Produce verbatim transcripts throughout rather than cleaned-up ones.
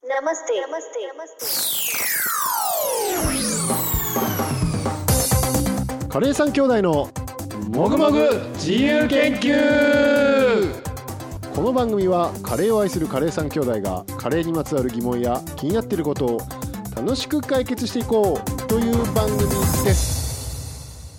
ナマステナマステナマステカレーさん兄弟のもぐもぐ自由研究。この番組はカレーを愛するカレーさん兄弟がカレーにまつわる疑問や気になっていることを楽しく解決していこうという番組です。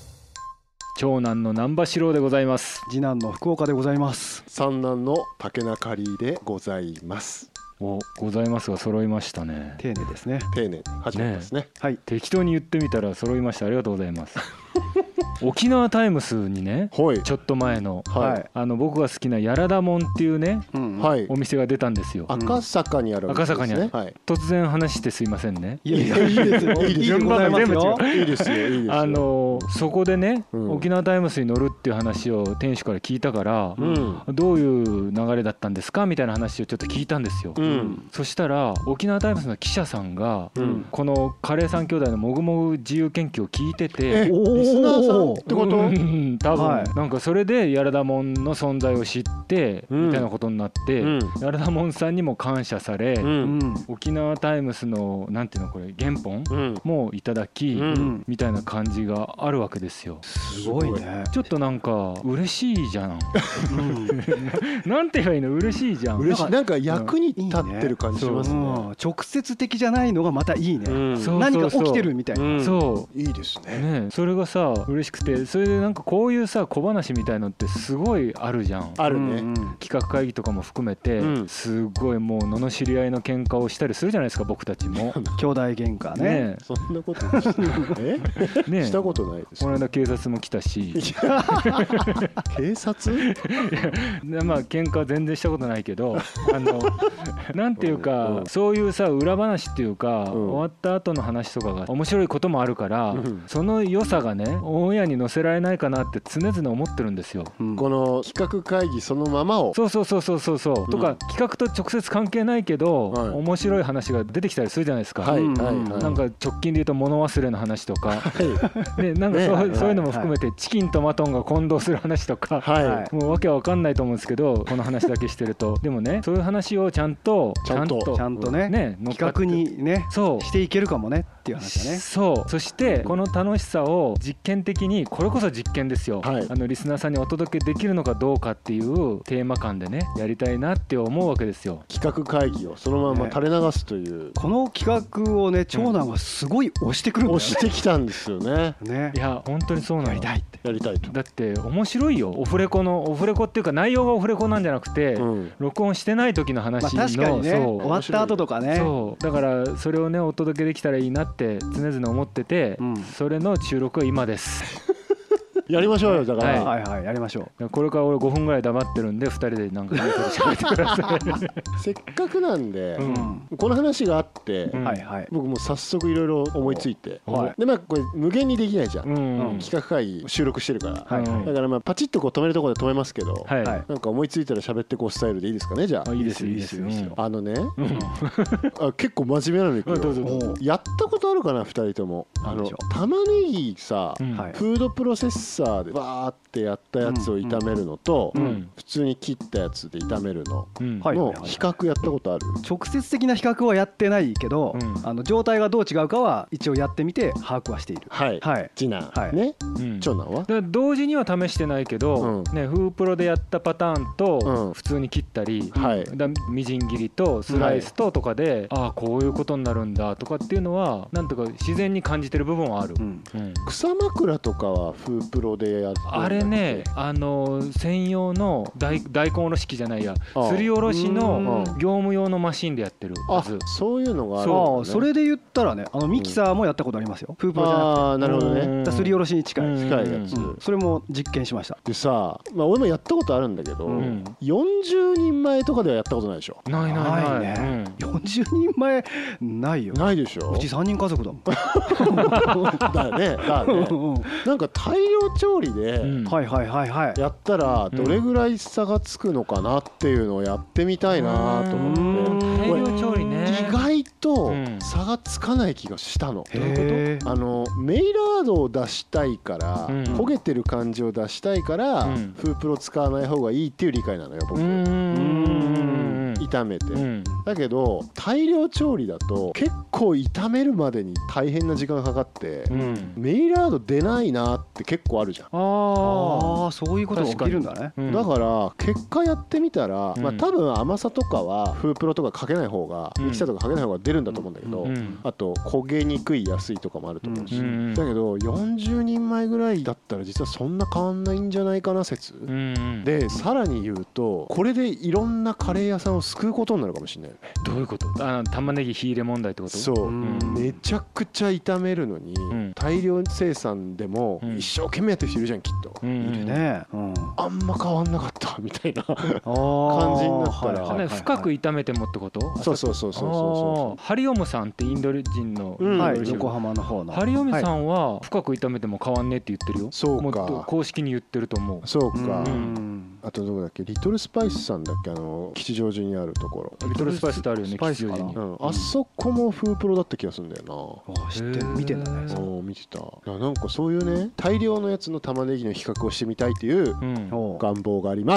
長男の南波四郎でございます。 次男の福岡でございます。 三男の竹中里でございます。 おございますが揃いましたね。 丁寧ですね。 丁寧初めてです ね, ねはい。 適当に言ってみたら揃いました。ありがとうございます沖縄タイムスにね、 はい、 ちょっと前の、 はい、 あの僕が好きなやらだもんっていうね、うんはい、お店が出たんですよ。 赤坂にある、 ね、赤坂にある、はい、突然話してすいませんね。 いやいやいいですよ。 順番が全部違う。 いいですよいいですよ。 あのそこでね、うん、沖縄タイムスに乗るっていう話を店主から聞いたから、うん、どういう流れだったんですかみたいな話をちょっと聞いたんですよ、うん、そしたら沖縄タイムスの記者さんが、うん、このカレー三兄弟のもぐもぐ自由研究を聞いてて、 えリスナーさんってこと？うん、 多分、はい、なんかそれでやらだもんの存在を知って、うん、みたいなことになって、うん、やらだもんさんにも感謝され、うん、沖縄タイムスのなんていうのこれ原本、うん、もいただき、うん、みたいな感じがあるわけですよ。 すごいね。 ちょっとなんか嬉しいじゃん、うん、なんて言えばいいの。嬉しいじゃん。 嬉しい。なんか役に立ってる感じしますね。 いいね。うん、直接的じゃないのがまたいいね、うん、何か起きてるみたいな、うん、 そういいです ね, ね。それがさ嬉しくて、それでなんかこういうさ小話みたいのってすごいあるじゃん。 あるね、 うん、企画会議とかも含めて、うん、すごいもう罵り合いの喧嘩をしたりするじゃないですか僕たちも兄弟喧嘩 ね, ねそんなことえ、ね、したことないです。 この間警察も来たし警察いやまあ喧嘩は全然したことないけどあのなんていうか、うん、そういうさ裏話っていうか、うん、終わった後の話とかが面白いこともあるから、うん、その良さがねオンエアに載せられないかなって常々思ってるんですよ、 うん、この企画会議そのままをそうそうそうそうそうそう、うん、とか企画と直接関係ないけど、はい、面白い話が出てきたりするじゃないですか、はいはいはい、なんか直近で言うと物忘れの話とか、はいね、なんかそう、ね、そういうのも含めてチキンとマトンが混同する話とか、はい、もうわけわかんないと思うんですけどこの話だけしてるとでもねそういう話をちゃんとちゃんとちゃんとね、ね企画にねそうしていけるかもねっていう話だね。 そうそしてこの楽しさを実験的にこれこそ実験ですよ、はい、あのリスナーさんにお届けできるのかどうかっていうテーマ感でねやりたいなって思うわけですよ。 企画会議をそのまま垂れ流すという、ね、 この企画をね長男がすごい押してくるんだよね、 押してきたんですよ ね, ねいや本当にそうなの。 やりたいってやりたいと。 だって面白いよ。オフレコのオフレコっていうか内容がオフレコなんじゃなくて、うん、録音してない時の話の、まあ、 確かにねそう終わった後とかねそうだからそれをねお届けできたらいいなって常々思ってて、うん、それの収録は今ですやりましょうよだから、 はい、はいはいやりましょう。これから俺ごふんぐらい黙ってるんでふたりでなんか喋ってくださいせっかくなんで、うん、この話があって、うん、僕もう早速いろいろ思いついて、はい、でまあこれ無限にできないじゃん、うんうん、企画会議収録してるから、はいはい、だからまあパチッとこう止めるところで止めますけど、はい、なんか思いついたら喋ってこうスタイルでいいですかね。じゃあいいですよいいですよ、うん、 あのね、うん、あ結構真面目なのいくよ。どうぞどうぞ。やったことあるかなふたりとも。あの玉ねぎさ、うん、フードプロセッサーでバーってやったやつを炒めるのと、うんうん、普通に切ったやつで炒めるのの比較やったことある？ 直接的な比較はやってないけど、うん、あの状態がどう違うかは一応やってみて把握はしている。 はい、はい、次男、はい、ね、うん、長男はだ同時には試してないけど、うんね、フープロでやったパターンと普通に切ったり、うんはい、だみじん切りとスライスととかで、はい、ああこういうことになるんだとかっていうのはなんとか自然に感じてる部分はある、うんうん、草枕とかはフープロでやってあれねあの専用の 大, 大根おろし器じゃないやすりおろしの業務用のマシンでやってるやつ。 あそういうのがあるんだ、ね、 そ, それで言ったらねあのミキサーもやったことありますよ、うん、フープロじゃなくて。 あなるほどね。 すりおろしに近い近いやつ、うん、 それも実験しました。 でさ、まあ、俺もやったことあるんだけど、うん、よんじゅうにんまえとかではやったことないでしょ。 ないないない、 ないね、うん、よんじゅうにんまえないよ。 ないでしょ。 うちさんにん家族だもんだよねだよねなんか大量調理でやったらどれぐらい差がつくのかなっていうのをやってみたいなと思って。 大量調理ね意外と差がつかない気がしたの。 どういうこと？ あのメイラードを出したいから、うん、焦げてる感じを出したいから、うん、フープロ使わない方がいいっていう理解なのよ僕。うーん炒めて、うん、だけど大量調理だと結構炒めるまでに大変な時間がかかって、うん、メイラード出ないなって結構あるじゃん。 ああそういうことが起きるんだね、 うん、だから結果やってみたら、うん、まあ多分甘さとかはフープロとかかけない方が、うん、ミキサーとかかけない方が出るんだと思うんだけど、うん、あと焦げにくい安いとかもあると思うし、うん、だけどよんじゅうにんまえぐらいだったら実はそんな変わんないんじゃないかな説、うん、でさらに言うとこれでいろんなカレー屋さんを救うことになるかもしれないよね。 どういうこと？あの玉ねぎ火入れ問題ってこと？ そう、うん、めちゃくちゃ炒めるのに、うん、大量生産でも一生懸命やってる人いるじゃんきっと、うん、 いるね、うん、 あんま変わんなかったみたいな感じになったら、 はいはい、深く炒めてもってこと？ そうそうそうそうそう。 ハリオムさんってインド人の、 うんはい、横浜の方のハリオムさんは深く炒めても変わんねえって言ってるよ。 そうか、 もっと公式に言ってると思う。 そうか、うん、あとどこだっけリトルスパイスさんだっけあの吉祥寺にあるところ。 リトルスパイスってあるよね吉祥寺に、 うん、あそこもフープロだった気がするんだよな。あ知ってる見てんだね。 そう見てた。なんかそういうね大量のやつの玉ねぎの比較をしてみたいっていう願望があります、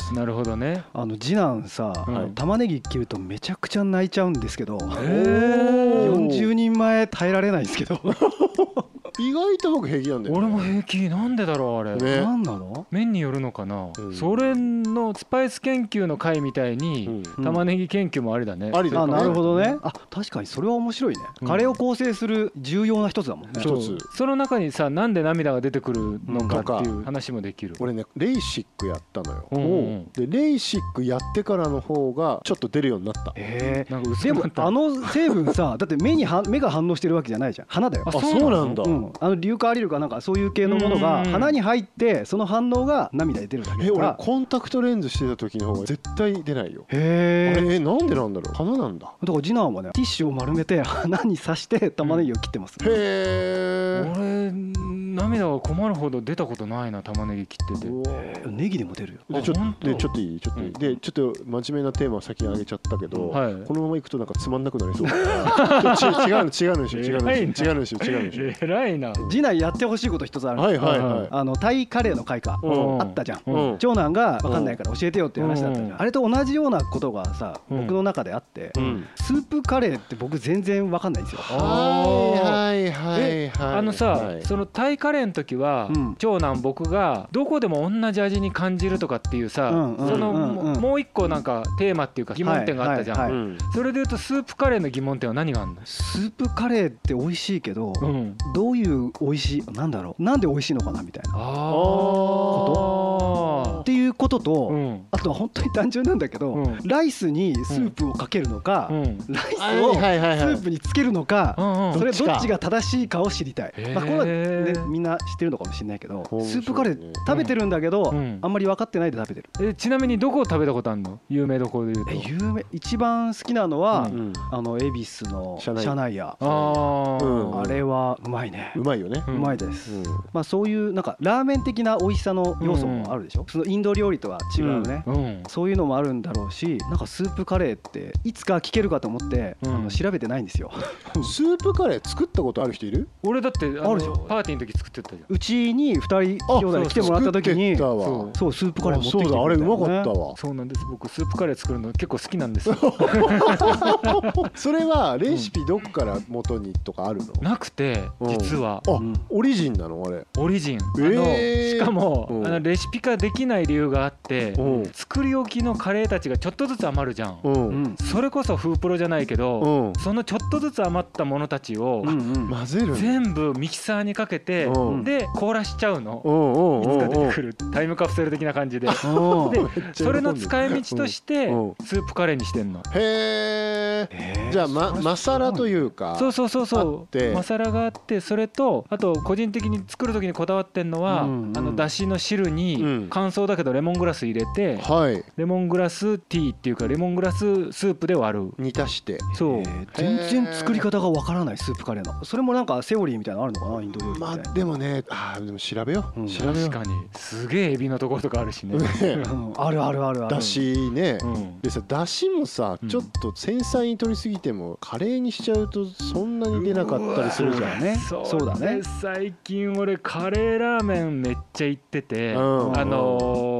うん、なるほどね。 あの次男さ、うん、玉ねぎ切るとめちゃくちゃ泣いちゃうんですけど、よんじゅうにんまえ耐えられないんですけど意外と僕平気なんだよ、 ね、俺も平気。なんでだろうあれ、 ね、なんなの？ 麺によるのかな、うん、それのスパイス研究の回みたいに、うん、玉ねぎ研究もありだね、 うん、ありだね。 あなるほどね。あ確かにそれは面白いね、うん、カレーを構成する重要な一つだもんね。 一つ。 その中にさなんで涙が出てくるのかっていう話もできる、 うん、俺ねレイシックやったのよ、うん、でレイシックやってからの方がちょっと出るようになった。 へえ。でもあの成分さだって目には目が反応してるわけじゃないじゃん。花だよ。 あそうなんだ、うん、 あの硫化アリルかなんかそういう系のものが鼻に入ってその反応が涙で出るだけだから。 え俺コンタクトレンズしてた時の方が絶対出ないよ。 へえ。 あれなんでなんだろう。鼻なんだ。 だから次男はねティッシュを丸めて鼻に刺して玉ねぎを切ってます、 うん、へえ。 俺涙が困るほど出たことないな玉ねぎ切ってて。 ネギでも出るよ。 でちょっとでちょっといいちょっといい、うん、でちょっと真面目なテーマを先に上げちゃったけど、はい、このままいくとなんかつまんなくなりそうだからちょ違うの違うのでしょ違うのでしょ違うのでしょ違うのでしょ。 偉いな。 次男やってほしいこと一つあるんですよ。はいはいはい。あのタイカレーの会かあったじゃん、うん、長男が分かんないから教えてよっていう話だったじゃん、うん、あれと同じようなことがさ、うん、僕の中であって、うん、スープカレーって僕全然分かんないんですよ。 はいはいはいはい。 あのさ、はい、そのタイカレーの時は、うん、長男僕がどこでも同じ味に感じるとかっていうさ、うん、その、うんうん、もう一個なんかテーマっていうか疑問点があったじゃん、はいはいはい、それでいうとスープカレーの疑問点は何があるの？ スープカレーって美味しいけど、うん、どういう美味しいなんだろうなんで美味しいのかなみたいなことっていうことと、うん、あとは本当に単純なんだけど、うん、ライスにスープをかけるのか、うん、ライスをスープにつけるのか、うん、それどっちが正しいかを知りたい、まあ、これは、ね、みんな知ってるのかもしれないけどスープカレー食べてるんだけど、うん、あんまり分かってないで食べてる。 えちなみにどこを食べたことあるの？有名どころでいうと。 え有名一番好きなのは、うん、あの恵比寿のシャナイヤ。あ、うん、あれはうまいね。 うまいよね。 うまいです、うん、まあそういうなんかラーメン的な美味しさの要素もあるでしょ、うん、そのインド料理とは違うね、うんうん、そういうのもあるんだろうし、なんかスープカレーっていつか聞けるかと思って、うん、あの調べてないんですよスープカレー作ったことある人いる？ 俺だってあのあるじゃんパーティーの時作ってたじゃん。 うちにふたり兄弟来てもらった時にそう、そうスープカレー持ってきてくれたよね。そうだあれうまかったわ。 そうなんです。僕スープカレー作るの結構好きなんですよそれはレシピどっから元にとかあるの？ なくて実は、 うん、あオリジンなのあれ？ オリジン、あの、えー、しかも、うん、あのレシピ化できない理由があって、うん、作り置きのカレーたちがちょっとずつ余るじゃん、うん、それこそフープロじゃないけど、うん、そのちょっとずつ余ったものたちを、うんうん、混ぜる全部ミキサーにかけて、うん、で凍らしちゃうの、うん、いつか出てくるタイムカプセル的な感じででそれの使い道としてスープカレーにしてんの。 へえ。じゃあ、ま、マサラというかそうそうそうそうマサラがあって、それとあと個人的に作る時にこだわってんのは、うんうん、あのだしの汁に乾燥だけどレモングラス入れて、うん、レモングラスティーっていうかレモングラススープで割る、 煮足して。 そう、 全然作り方がわからないスープカレーの。それもなんかセオリーみたいなのあるのかなインド料理みたいな。 まあでもね、あでも調べよう、うん、調べよう。 確かにすげえエビのところとかあるしね、 うん、あるあるあるある。 だしね、うん、でさだしもさちょっと繊細に取りすぎてもカレーにしちゃうとそんなに出なかったりするじゃんね。 そうだね。最近俺カレーラーメンめっちゃ行ってて、うん、あのー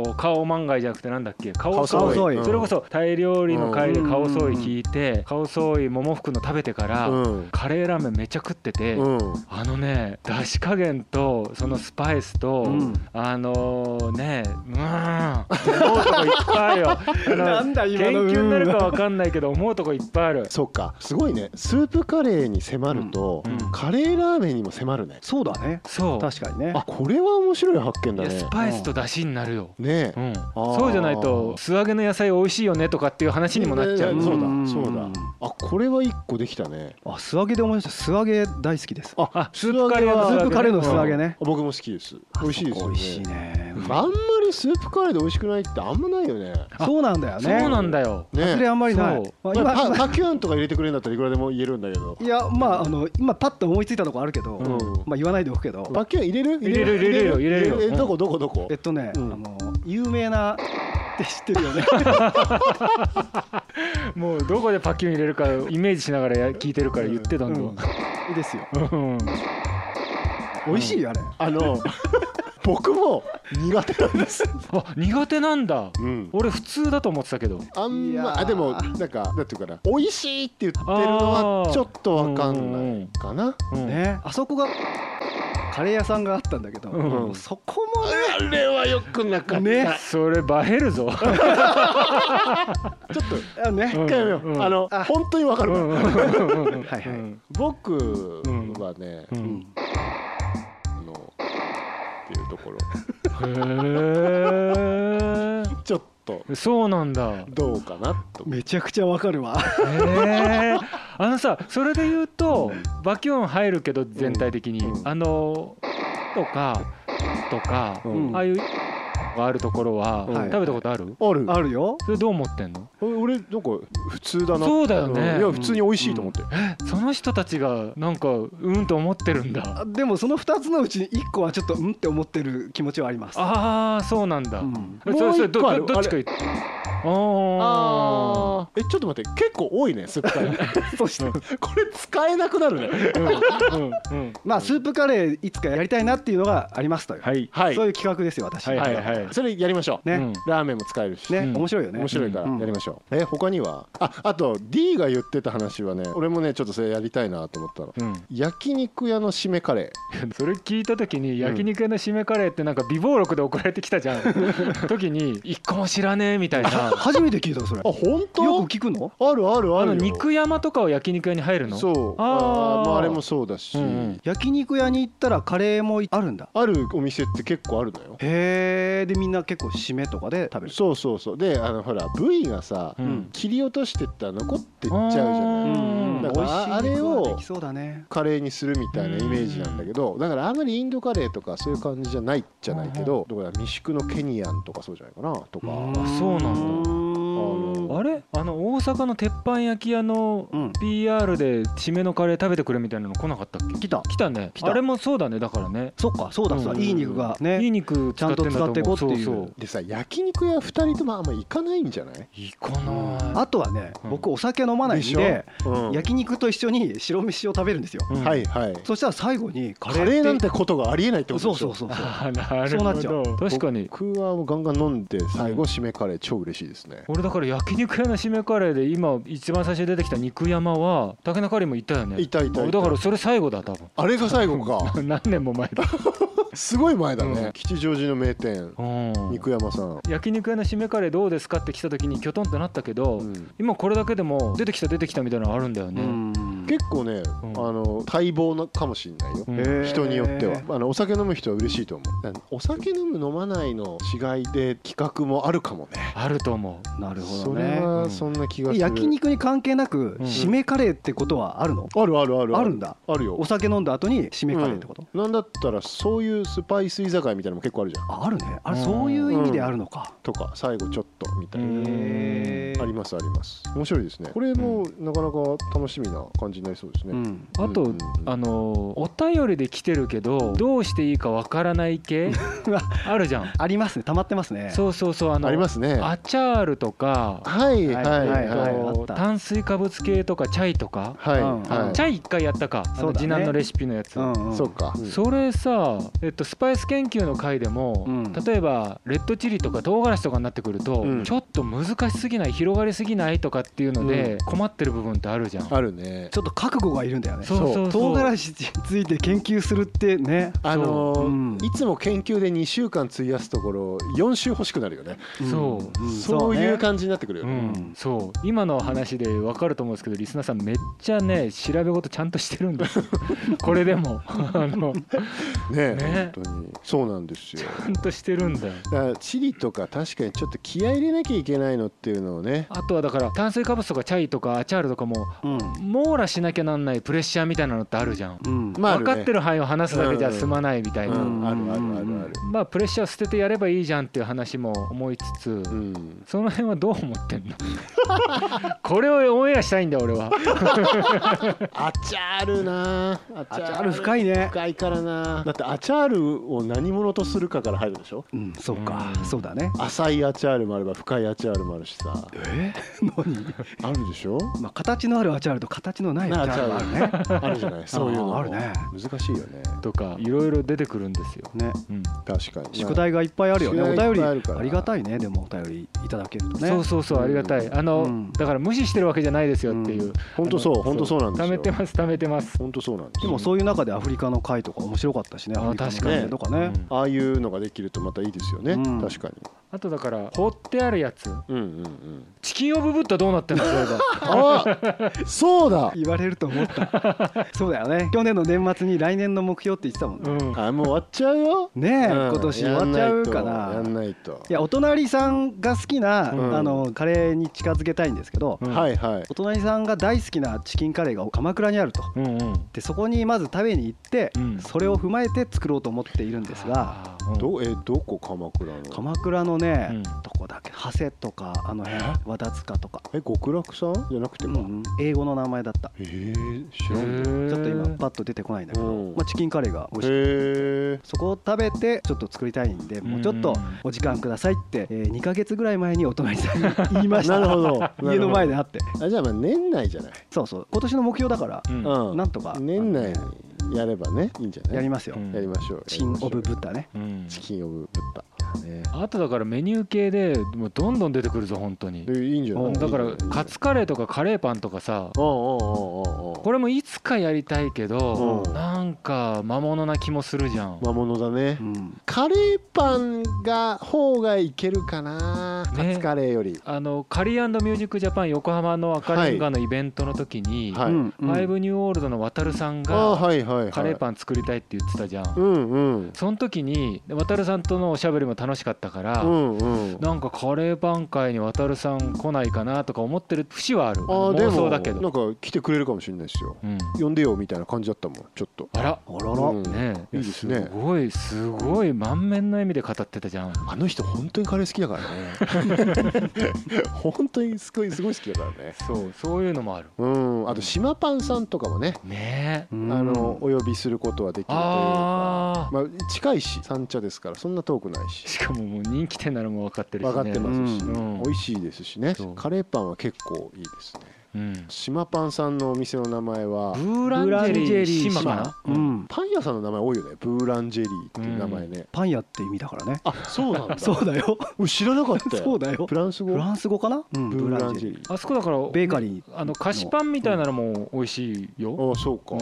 とカオマンガイじゃなくてなんだっけ、カオソイ、 それこそタイ料理の回でカオソイ聞いて、カオソイ桃福の食べてからカレーラーメンめっちゃ食ってて、あのね出汁加減とそのスパイスとあのねうん思うとこいっぱいあるよ。なんだ今の研究になるか分かんないけど思うとこいっぱいある。 そうか、すごいね。スープカレーに迫るとカレーラーメンにも迫るね。 そうだね。 そう確かにね。 あ、これは面白い発見だね。 スパイスと出汁になるよね。 そうじゃないと素揚げの野菜美味しいよねとかっていう話にもなっちゃう。 そうだそうだ。あ、これは一個できたね。 あ、素揚げで思い出した。素揚げ大好きです。 あ、スープカレースープカレーの素揚げね。 僕も好きです。美味しいですよね。 美味しいね。 あんまりスープカレーで美味しくないってあんまないよね。 そうなんだよね。 そうなんだよ。 それあんまりない。 パキューンとか入れてくれるんだったらいくらでも言えるんだけど。 いや、まああの今パッと思いついたとこあるけど、まあ言わないでおくけど。 パキューン入れる？ 入れる入れる入れる。 え、どこどこどこ？ えっとね、あの有名なって知ってるよね。 もうどこでパキューン入れるかイメージしながら聞いてるから言ってたんだ。 いいですよ。美味しいよあれ。 あの僕も苦手なんです。 あ、苦手なんだ。俺普通だと思ってたけど。 あんまあでもなんかなんていうかな、美味しいって言ってるのはちょっとわかんないかな。 ね、あそこがカレー屋さんがあったんだけど、うん、そこもね、 あれはよくなかったね。それ映えるぞ。ちょっとね、一回やめよう。あの本当にわかるから。 はいはい。 僕はね、あのっていうところ。へえ。ちょっとそうなんだ。 どうかなと。 めちゃくちゃわかるわ。 へえ。あのさ、それで言うとバキューン入るけど全体的にあのとかとかああいうがあるところは食べたことある？ あるあるよ。 それどう思ってんの？ 俺なんか普通だな。 そうだよね。 いや普通に美味しいと思って。 え、その人たちがなんかうんと思ってるんだ。 でもそのふたつのうちにいっこはちょっとうんって思ってる気持ちはあります。 ああ、そうなんだ。 もういっこある。 どっちか言って。ああ。 え、ちょっと待って、結構多いねスープカレー。そしてこれ使えなくなるね。 まあスープカレーいつかやりたいなっていうのがありますという。 はい。 そういう企画ですよ私。 はいはいはい。それやりましょう。ね。ラーメンも使えるし。 ね、面白いよね。 面白いからやりましょう。え、他には、あ、あと D が言ってた話はね、俺もねちょっとそれやりたいなと思ったの。焼肉屋の締めカレー。それ聞いた時に焼肉屋の締めカレーってなんか備忘録で送られてきたじゃん。時に一個も知らねえみたいな。 初めて聞いたそれ。 あ、本当？ よく聞くの？ あるあるある。 肉山とかは焼肉屋に入るの？ そう。ああ、あれもそうだし、 焼肉屋に行ったらカレーもあるんだ。 あるお店って結構あるのよ。 へえ。でみんな結構締めとかで食べる。 そうそうそう。で、あのほら部位がさ、切り落としてったら残ってっちゃうじゃない。だからあれをカレーにするみたいなイメージなんだけど、だからあんまりインドカレーとかそういう感じじゃないじゃないけど、だから未宿のケニアンとかそうじゃないかなとか。 あ、そうなんだ。あれ、あの大阪の鉄板焼き屋の ピーアール で締めのカレー食べてくれみたいなの来なかったっけ？来た来たね。あれもそうだね。だからね。 そっか、そうだそうだ。いい肉がね、 いい肉ちゃんと使っていこうっていう。 でさ、焼肉屋ふたりともあんま行かないんじゃない？ 行かない。 あとはね、僕お酒飲まないんで焼肉と一緒に白飯を食べるんですよ。 はいはい。 そしたら最後にカレーなんてことがありえないってことでしょ？そうそうそうそう。 なるほど。確かに。 僕はガンガン飲んで最後締めカレー超嬉しいですね。 俺だから焼肉屋の締めカレーで今一番最初に出てきた肉山は竹中里もいたよね。 いたいた。 だからそれ最後だ多分。 あれが最後か。 何年も前だ。 すごい前だね。吉祥寺の名店肉山さん。 焼肉屋の締めカレーどうですかって来た時にキョトンってなったけど、今これだけでも出てきた出てきたみたいなのあるんだよね。 結構ね、あの待望なかもしれないよ。人によってはあのお酒飲む人は嬉しいと思う。お酒飲む飲まないの違いで企画もあるかもね。 あると思う。なるほどね。 それはそんな気がする。 焼肉に関係なく締めカレーってことはあるの？ あるあるあるあるんだ。 あるよ。 お酒飲んだ後に締めカレーってこと？ なんだったらそういうスパイス居酒屋みたいなのも結構あるじゃん。 あ、あるね。あれそういう意味であるのか。 とか最後ちょっとみたいな。ありますあります。面白いですね。これもなかなか楽しみな感じじになりそうですね、うん、 あと、うんうんうん、あのお便りで来てるけどどうしていいかわからない系あるじゃん。 ありますね、溜まってますね。 そうそうそう、あのありますね。 アチャールとか、 はいはいはい、はい、 炭水化物系とかチャイとか、はいはい、チャイ一回やったか、あの次男のレシピのやつ、 うんうん、そうか、 それさ、えっと、スパイス研究の回でも、うん、例えばレッドチリとか唐辛子とかになってくると、うん、ちょっと難しすぎない、広がりすぎないとかっていうので困ってる部分ってあるじゃん。 あるね。 ちょっと覚悟がいるんだよね。 そうそうそう、 唐辛子について研究するってね、 あのーうん、いつも研究でにしゅうかん費やすところよん週欲しくなるよね。 そう、 うん、そういう感じになってくるよね、 うん、そう今の話で分かると思うんですけど、リスナーさんめっちゃね調べ事ちゃんとしてるんですこれでもあのねね本当にそうなんですよ。 ちゃんとしてるんだよ。 だからチリとか確かにちょっと気合い入れなきゃいけないのっていうのをね。 あとはだから炭水化物とかチャイとかアチャールとかも、うん、網羅しなきゃなんないプレッシャーみたいなのってあるじゃん、うんまああるね、分かってる範囲を話すだけじゃ済まないみたいな、うんうん、 あるあるあるある。 まあプレッシャーを捨ててやればいいじゃんっていう話も思いつつ、うん、その辺はどう思ってんのこれをオンエアしたいんだ俺はアチャールな、 アチャール深いね。 深いからな。だってアチャールを何者とするかから入るでしょ。 うん、そうか、うん、そうだね。 浅いアチャールもあれば深いアチャールもあるしさ。 え何あるでしょ。 まあ形のあるアチャールと形のないアチャールもあるね。 あるじゃない。そういうのあるね。 難しいよね。 とかいろいろ出てくるんですよね、 うん、 確かに宿題がいっぱいあるよね。お便りありがたいね。でもお便りいただけるとね。 そうそうそう、ありがたい。あの、うん、だから無視してるわけじゃないですよっていう。 本当そう本当そうなんですよ。 貯めてます貯めてます。 本当そうなんです。 でもそういう中でアフリカの会とか面白かったしね。 あ、確かにとかね、 うん、ああいうのができるとまたいいですよね、うん、確かに。 あとだから放ってあるやつ、うんうんうん、チキンオブブッダどうなってんの。そういえばあそうだ言われると思ったそうだよね。去年の年末に来年の目標って言ってたもんね、 うん、あもう終わっちゃうよねえ、うん、今年終わっちゃうかな。 やんないと。 いやお隣さんが好きな、うん、あのカレーに近づけたいんですけど、うん、はいはい、お隣さんが大好きなチキンカレーが鎌倉にあると、うんうん、でそこにまず食べに行って、うん、それを踏まえて作ろうと思っているんですが、 うん、どえどこ鎌倉の鎌倉のね、うん、どこだっけ、長谷とかあの辺和田塚とか。 え極楽さんじゃなくてか、うん、 英語の名前だった。 へえ知らん。 ちょっと今パッと出てこないんだけど、まあ、チキンカレーが美味しい。そこを食べてちょっと作りたいんで、もうちょっとお時間くださいって、えー、にかげつぐらい前にお隣さんに言いましたなるほど家の前であって。 あじゃあまあ年内じゃない。 そうそう、今年の目標だから、うん、なんとか年内にやればねいいんじゃない。 やりますよ、 うん、やりましょう。 チキンオブブッダね、 うん、チキンオブブッダね。 あとだからメニュー系でもうどんどん出てくるぞ本当に。 いいんじゃない。 だからカツカレーとかカレーパンとかさ、これもいつかやりたいけどなんか魔物な気もするじゃん。 魔物だね、うん、カレーパンが方がいけるかな、ね、カツカレーより。 あのカリー&ミュージックジャパン横浜の赤レンガのイベントの時に、はいはい、ファイブニューオールドの渡さんがカレーパン作りたいって言ってたじゃん、うんうん、その時に渡さんとのおしゃべりも楽しかったから、うんうん、なんかカレーパン会に渡さん来ないかなとか思ってる節はある。あ妄想だけどなんか来てくれるかもしれないですよ、うん、呼んでよみたいな感じだったもんちょっと。 あらあらら、うん、ねいいですね。 すごいすごい満面の笑みで語ってたじゃん。 あの人本当にカレー好きだからね本当にすごいすごい好きだからね。 そうそういうのもある。 うん、あと島パンさんとかもねねあのお呼びすることはできるというか、あ、まあ、近いし三茶ですからそんな遠くないし、 しかももう人気店なのも分かってるしね。 分かってますし、うん、美味しいですしね。カレーパンは結構いいですね。うん、島パンさんのお店の名前はブーランジェリー島かな、 うん、パン屋さんの名前多いよね。ブーランジェリーっていう名前ね、うん、 パン屋って意味だからね。 あ、そうなんだそうだよ知らなかったよそうだよ。 フランス語フランス語かな、 うん、ブーランジェリー。 あそこだからベーカリーあの菓子パンみたいなのも美味しいよ、 うん、あ、そうか、うん、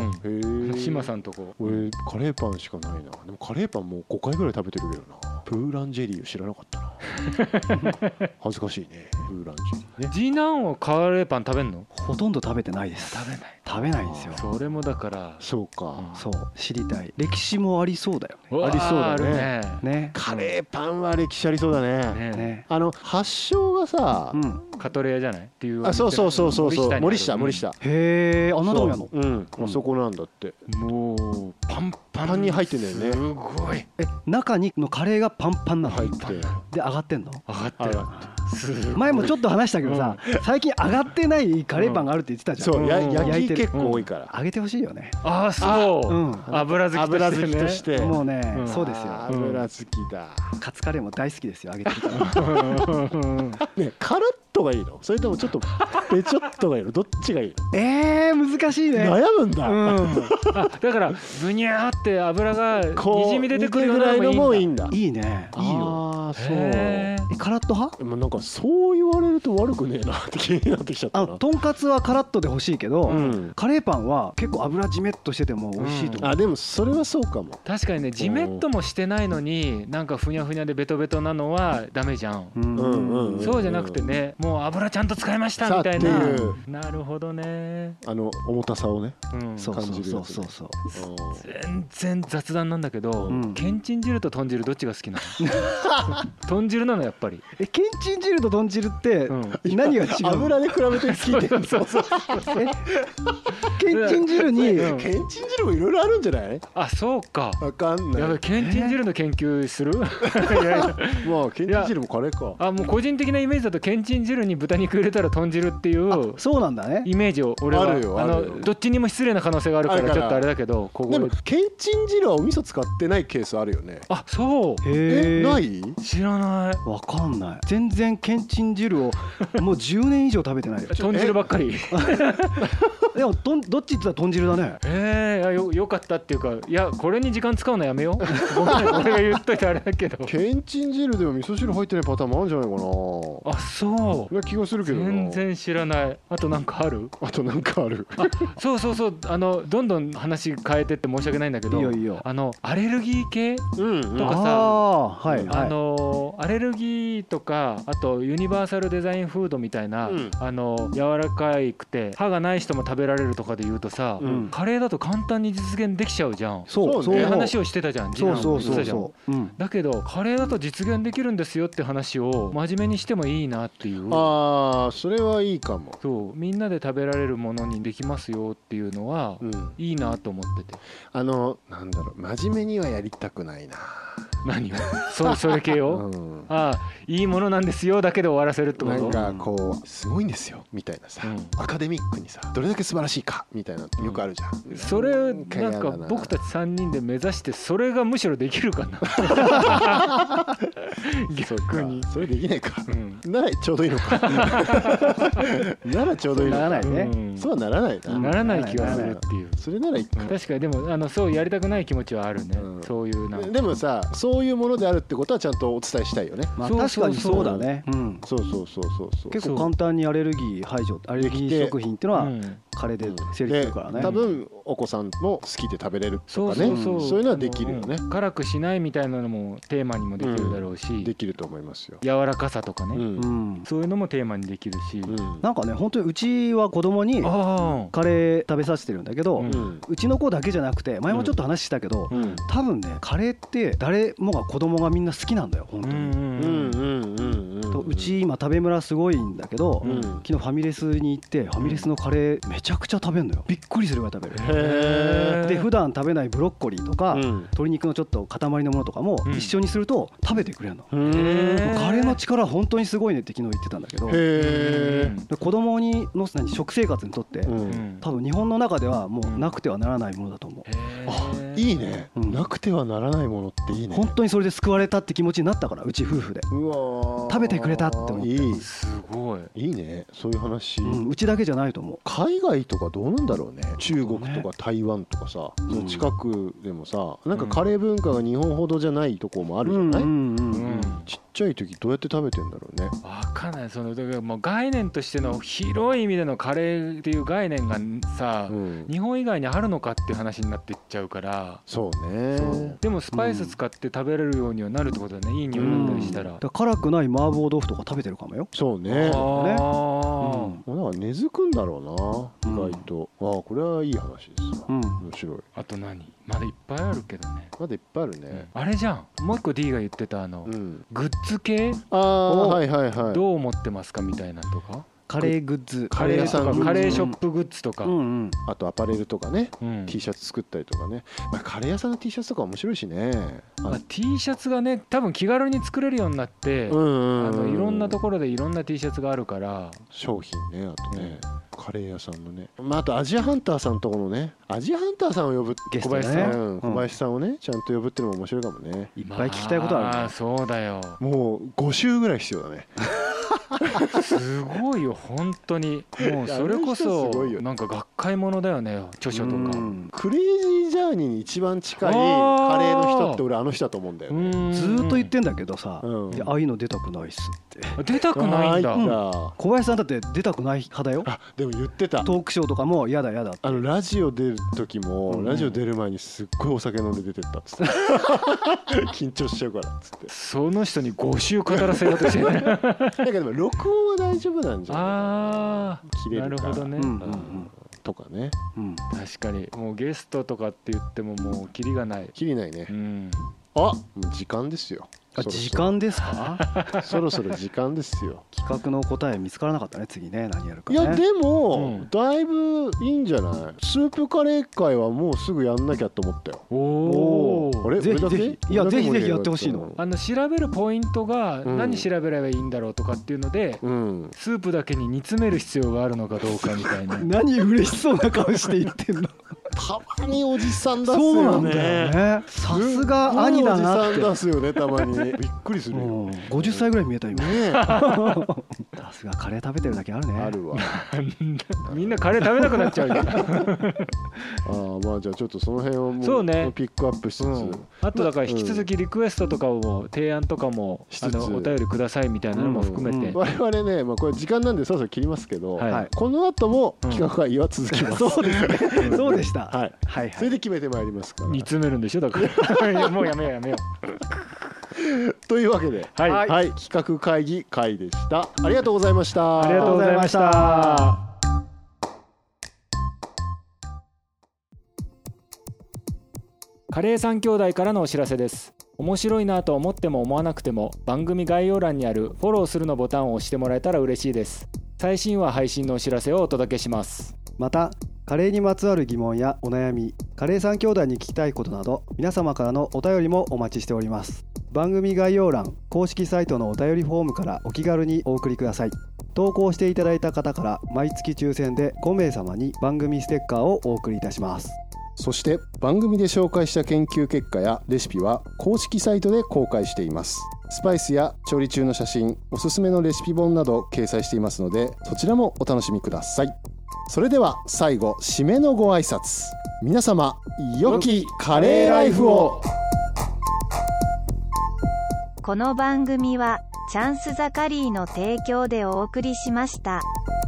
へえ島さんとこ。 俺カレーパンしかないな。でもカレーパンもうごかいぐらい食べてるけどな。ブーランジェリーを知らなかったな恥ずかしいね。ブーランジェリーね。 次男はカレーパン食べんの？ ほとんど食べてないです。 食べない食べないんですよ。 それもだからそうか、 うん、そう知りたい。歴史もありそうだよね。ありそうだね。 ね、 カレーパンは歴史ありそうだね。ねね、あの発祥がさ、うん、 カトレアじゃないっていう。 あ、そうそうそうそうそう、森下森下。 へえ、あんなとこやの。 うん、あそこなんだって。もうパンパンに入ってんだよね。すごい。 え、中にのカレーがパンパンなの。 入って。 で上がってんの？ 上がってる。 前もちょっと話したけどさ、最近上がってないカレーパンがあるって言ってたじゃん。 そう、焼き結構多いから揚げてほしいよね。 ああそう、油好きとしてね。 もうね、そうですよ、 油好きだ。 カツカレーも大好きですよ、揚げてるからね。カラッとがいいの、それともちょっとペチョッとがいいの、どっちがいいの？ えー難しいね。 悩むんだ。 あ、だからブニャーって油がにじみ出てくるぐらいのもいいんだ。 いいね、いいよ。 ああそう。え、 カラッと派？ なんかそう言われると悪くねえなって気になってきちゃったな。 あ、とんかつはカラッとで欲しいけど、カレーパンは結構油じめっとしてても美味しいと思う。 あ、でもそれはそうかも。 確かにね、じめっともしてないのになんかふにゃふにゃでベトベトなのはダメじゃん。そうじゃなくてね、もう油ちゃんと使いましたみたいな。なるほどね。 あの重たさをね、 感じるやつ。そうそうそう。 全然雑談なんだけど、けんちん汁と豚汁どっちが好きなの？豚汁なのやっぱり。 え、けんちん汁と豚汁って何が違う？ 油で比べて聞いてるの？ けんちん汁にけんちん汁もいろいろあるんじゃない？ あ、そうか。 わかんない。 やばい、けんちん汁の研究する？いやいや、まあけんちん汁もカレーか。 あ、もう個人的なイメージだとけんちん汁に豚肉入れたら豚汁っていう。 そうなんだね。 イメージを俺はあのどっちにも失礼な可能性があるからちょっとあれだけど、 ここでもけんちん汁はお味噌使ってないケースあるよね。 あ、そう。 え、ない？ 知らない。 わかんない。全然けんちん汁をもうじゅうねん以上食べてないよ。 豚汁ばっかり。 でもどどっち言ってたら豚汁だね。 ええ、よよかったっていうか、いやこれに時間使うのやめよう。ごめん、俺が言っといてあれだけど。 けんちん汁でも味噌汁入ってないパターンもあるんじゃないかな。 あ、そう。 な気がするけどな。 全然知らない。あとなんかある？ あとなんかある。 あ、そうそうそう、あのどんどん話変えてって申し訳ないんだけど、 いいよいいよ。 あのアレルギー系とかさ、 あ、はいはい、 あのアレルギーとか、あとユニバーサルデザインフードみたいな、うん、あの柔らかいくて歯がない人も食べられるとかで言うとさ、うん、カレーだと簡単に実現できちゃうじゃん。 そうそういう話をしてたじゃん。 そうそうそうそう、うん、 だけどカレーだと実現できるんですよって話を真面目にしてもいいなっていう。 ああ、それはいいかも。 そう、みんなで食べられるものにできますよっていうのは、うん、いいなと思ってて。 あのなんだろう、真面目にはやりたくないな。 何を？そ, それ系を、うん、ああ、いいものなんですよだけで終わらせるってこと？ なんかこうすごいんですよみたいなさ、うん、アカデミックにさどれだけ素晴らしいかみたいなのよくあるじゃん、 うん、それなんか僕たちさんにんで目指してそれがむしろできるかな。逆にそれできないか、うん、ならちょうどいいのか。ならちょうどいいのか。 ならないね、うん、 そうはならないな。 ならない気がするっていう。 それならいいか。 確かに。でもあのそうやりたくない気持ちはあるね、うん、そういうなんか。 でもさ、そういうものであるってことはちゃんとお伝えしたいよね。 まあ、確かにそうだね。うん、 そうそうそうそうそう。 結構簡単にアレルギー排除、アレルギー食品っていうのは、うん、カレーで成立するからね。 多分お子さんも好きで食べれるとかね、そういうのはできるよね。 辛くしないみたいなのもテーマにもできるだろうし、 できると思いますよ。 柔らかさとかね、そういうのもテーマにできるし、 なんかね、本当にうちは子供にカレー食べさせてるんだけど、うちの子だけじゃなくて、前もちょっと話したけど、多分ね、カレーって誰もが子供がみんな好きなんだよ、本当に。うち今食べ村すごいんだけど、昨日ファミレスに行ってファミレスのカレーめちゃくちゃ食べるのよ。びっくりするぐらい食べる。で、普段食べないブロッコリーとか鶏肉のちょっと塊のものとかも一緒にすると食べてくれるの。カレーの力本当にすごいねって昨日言ってたんだけど、子供にの食生活にとって多分日本の中ではもうなくてはならないものだと思う。 あ、いいね、なくてはならないものっていいね。 本当にそれで救われたって気持ちになったから、うち夫婦で。うわ、食べてくれたって思って。いい、 すごいいいね、そういう話、 うん、うちだけじゃないと思う。 海外とかどうなんだろうね。中国とか台湾とかさ、その近くでもさ、なんかカレー文化が日本ほどじゃないとこもあるじゃない。ちっちゃい時どうやって食べてんだろうね。 分かんない。そのだからもう概念としての広い意味でのカレーっていう概念がさ、うん、日本以外にあるのかっていう話になっていっちゃうから。 そうね。そうでもスパイス使って食べれるようにはなるってことだね、いい匂いだったりしたら。 だから辛くない麻婆豆腐とか食べてるかもよ。 そうね。ね、うん、なんか根付くんだろうな、意外と。ああ、これはいい話ですわ、うん、面白い。 あと何、まだいっぱいあるけどね。 まだいっぱいあるね、 うん、あれじゃん、もう一個 D が言ってたあの、うん、グッズ系、 ああ、はいはいはい、 どう思ってますかみたいなとか。 カレーグッズ、 カレー屋さんとかカレーショップグッズとか、うんうん、あとアパレルとかね、うん、T シャツ作ったりとかね、まあ、カレー屋さんの T シャツとか面白いしね、 まあ、T シャツがね多分気軽に作れるようになって、うんうんうん、あのいろんなところでいろんな T シャツがあるから商品ね、あとね、うん、カレー屋さんのね、まあ、あとアジアハンターさんとこのね、アジアハンターさんを呼ぶゲストね、小林さん、 うん、小林さんをねちゃんと呼ぶっていうのも面白いかもね。 いっぱい聞きたいことあるね。 ああそうだよ。 もうご週ぐらい必要だね。 すごいよ本当に。もうそれこそなんか学会ものだよね、著書とか。 クレイジージャーニーに一番近いカレーの人って俺あの人だと思うんだよね。 ずーっと言ってんだけどさ、うん、いやああいうの出たくないっすって。 出たくないんだ、うん、 小林さんだって出たくない派だよ。 あでも言ってた。 トークショーとかも嫌だ嫌だって。 あのラジオ出る時も、うん、ラジオ出る前にすっごいお酒飲んで出てったっつって緊張しちゃうからっつって。 その人にご週語らせようとしてねだけど録音は大丈夫なんじゃない。 ああ切れるからなるほどね、うんうんうん、 とかね、 うん、確かにもうゲストとかって言ってももうキリがない。 キリないね、うん、あもう時間ですよ。 あ時間ですかそろそろ時間ですよ。 企画の答え見つからなかったね。次ね何やるかね。 いやでも、うん、だいぶいいんじゃない。スープカレー会はもうすぐやんなきゃと思ったよ。 おおあれぜひぜひいやぜひぜひやってほしいの。 あの調べるポイントが何調べればいいんだろうとかっていうので、うん、スープだけに煮詰める必要があるのかどうかみたいな何嬉しそうな顔して言ってんのたまにおじさん出すよね。 そうなんだよね。さすが兄だなって。 おじさん出すよねたまに。びっくりするよ。 ごじゅっさいぐらい見えた今。ねさすがカレー食べてるだけあるね。 あるわ。 みんなカレー食べなくなっちゃうよ。ああまあじゃあちょっとその辺をもうそう、ね、ピックアップしつつ、うん、 あとだから引き続きリクエストとかも提案とかも、うん、あのお便りくださいみたいなのも含めて、うんうん、 我々ね、まあ、これ時間なんでそろそろ切りますけど、はい、この後も企画会議は続きます、 うん、そうですねそうでした、 はいはいはい、それで決めてまいりますから。 煮詰めるんでしょだからもうやめようやめようというわけで、はいはいはい、企画会議会でした。ありがとうございました。 ありがとうございました。カレー三兄弟からのお知らせです。面白いなと思っても思わなくても番組概要欄にあるフォローするのボタンを押してもらえたら嬉しいです。最新話配信のお知らせをお届けします。 またカレーにまつわる疑問やお悩み、カレー三兄弟に聞きたいことなど皆様からのお便りもお待ちしております。番組概要欄公式サイトのお便りフォームからお気軽にお送りください。投稿していただいた方から毎月抽選でごめいさまに番組ステッカーをお送りいたします。 そして番組で紹介した研究結果やレシピは公式サイトで公開しています。スパイスや調理中の写真、おすすめのレシピ本など掲載していますのでそちらもお楽しみください。それでは最後締めのご挨拶。皆様良きカレーライフを。 この番組はチャンスザカリーの提供でお送りしました。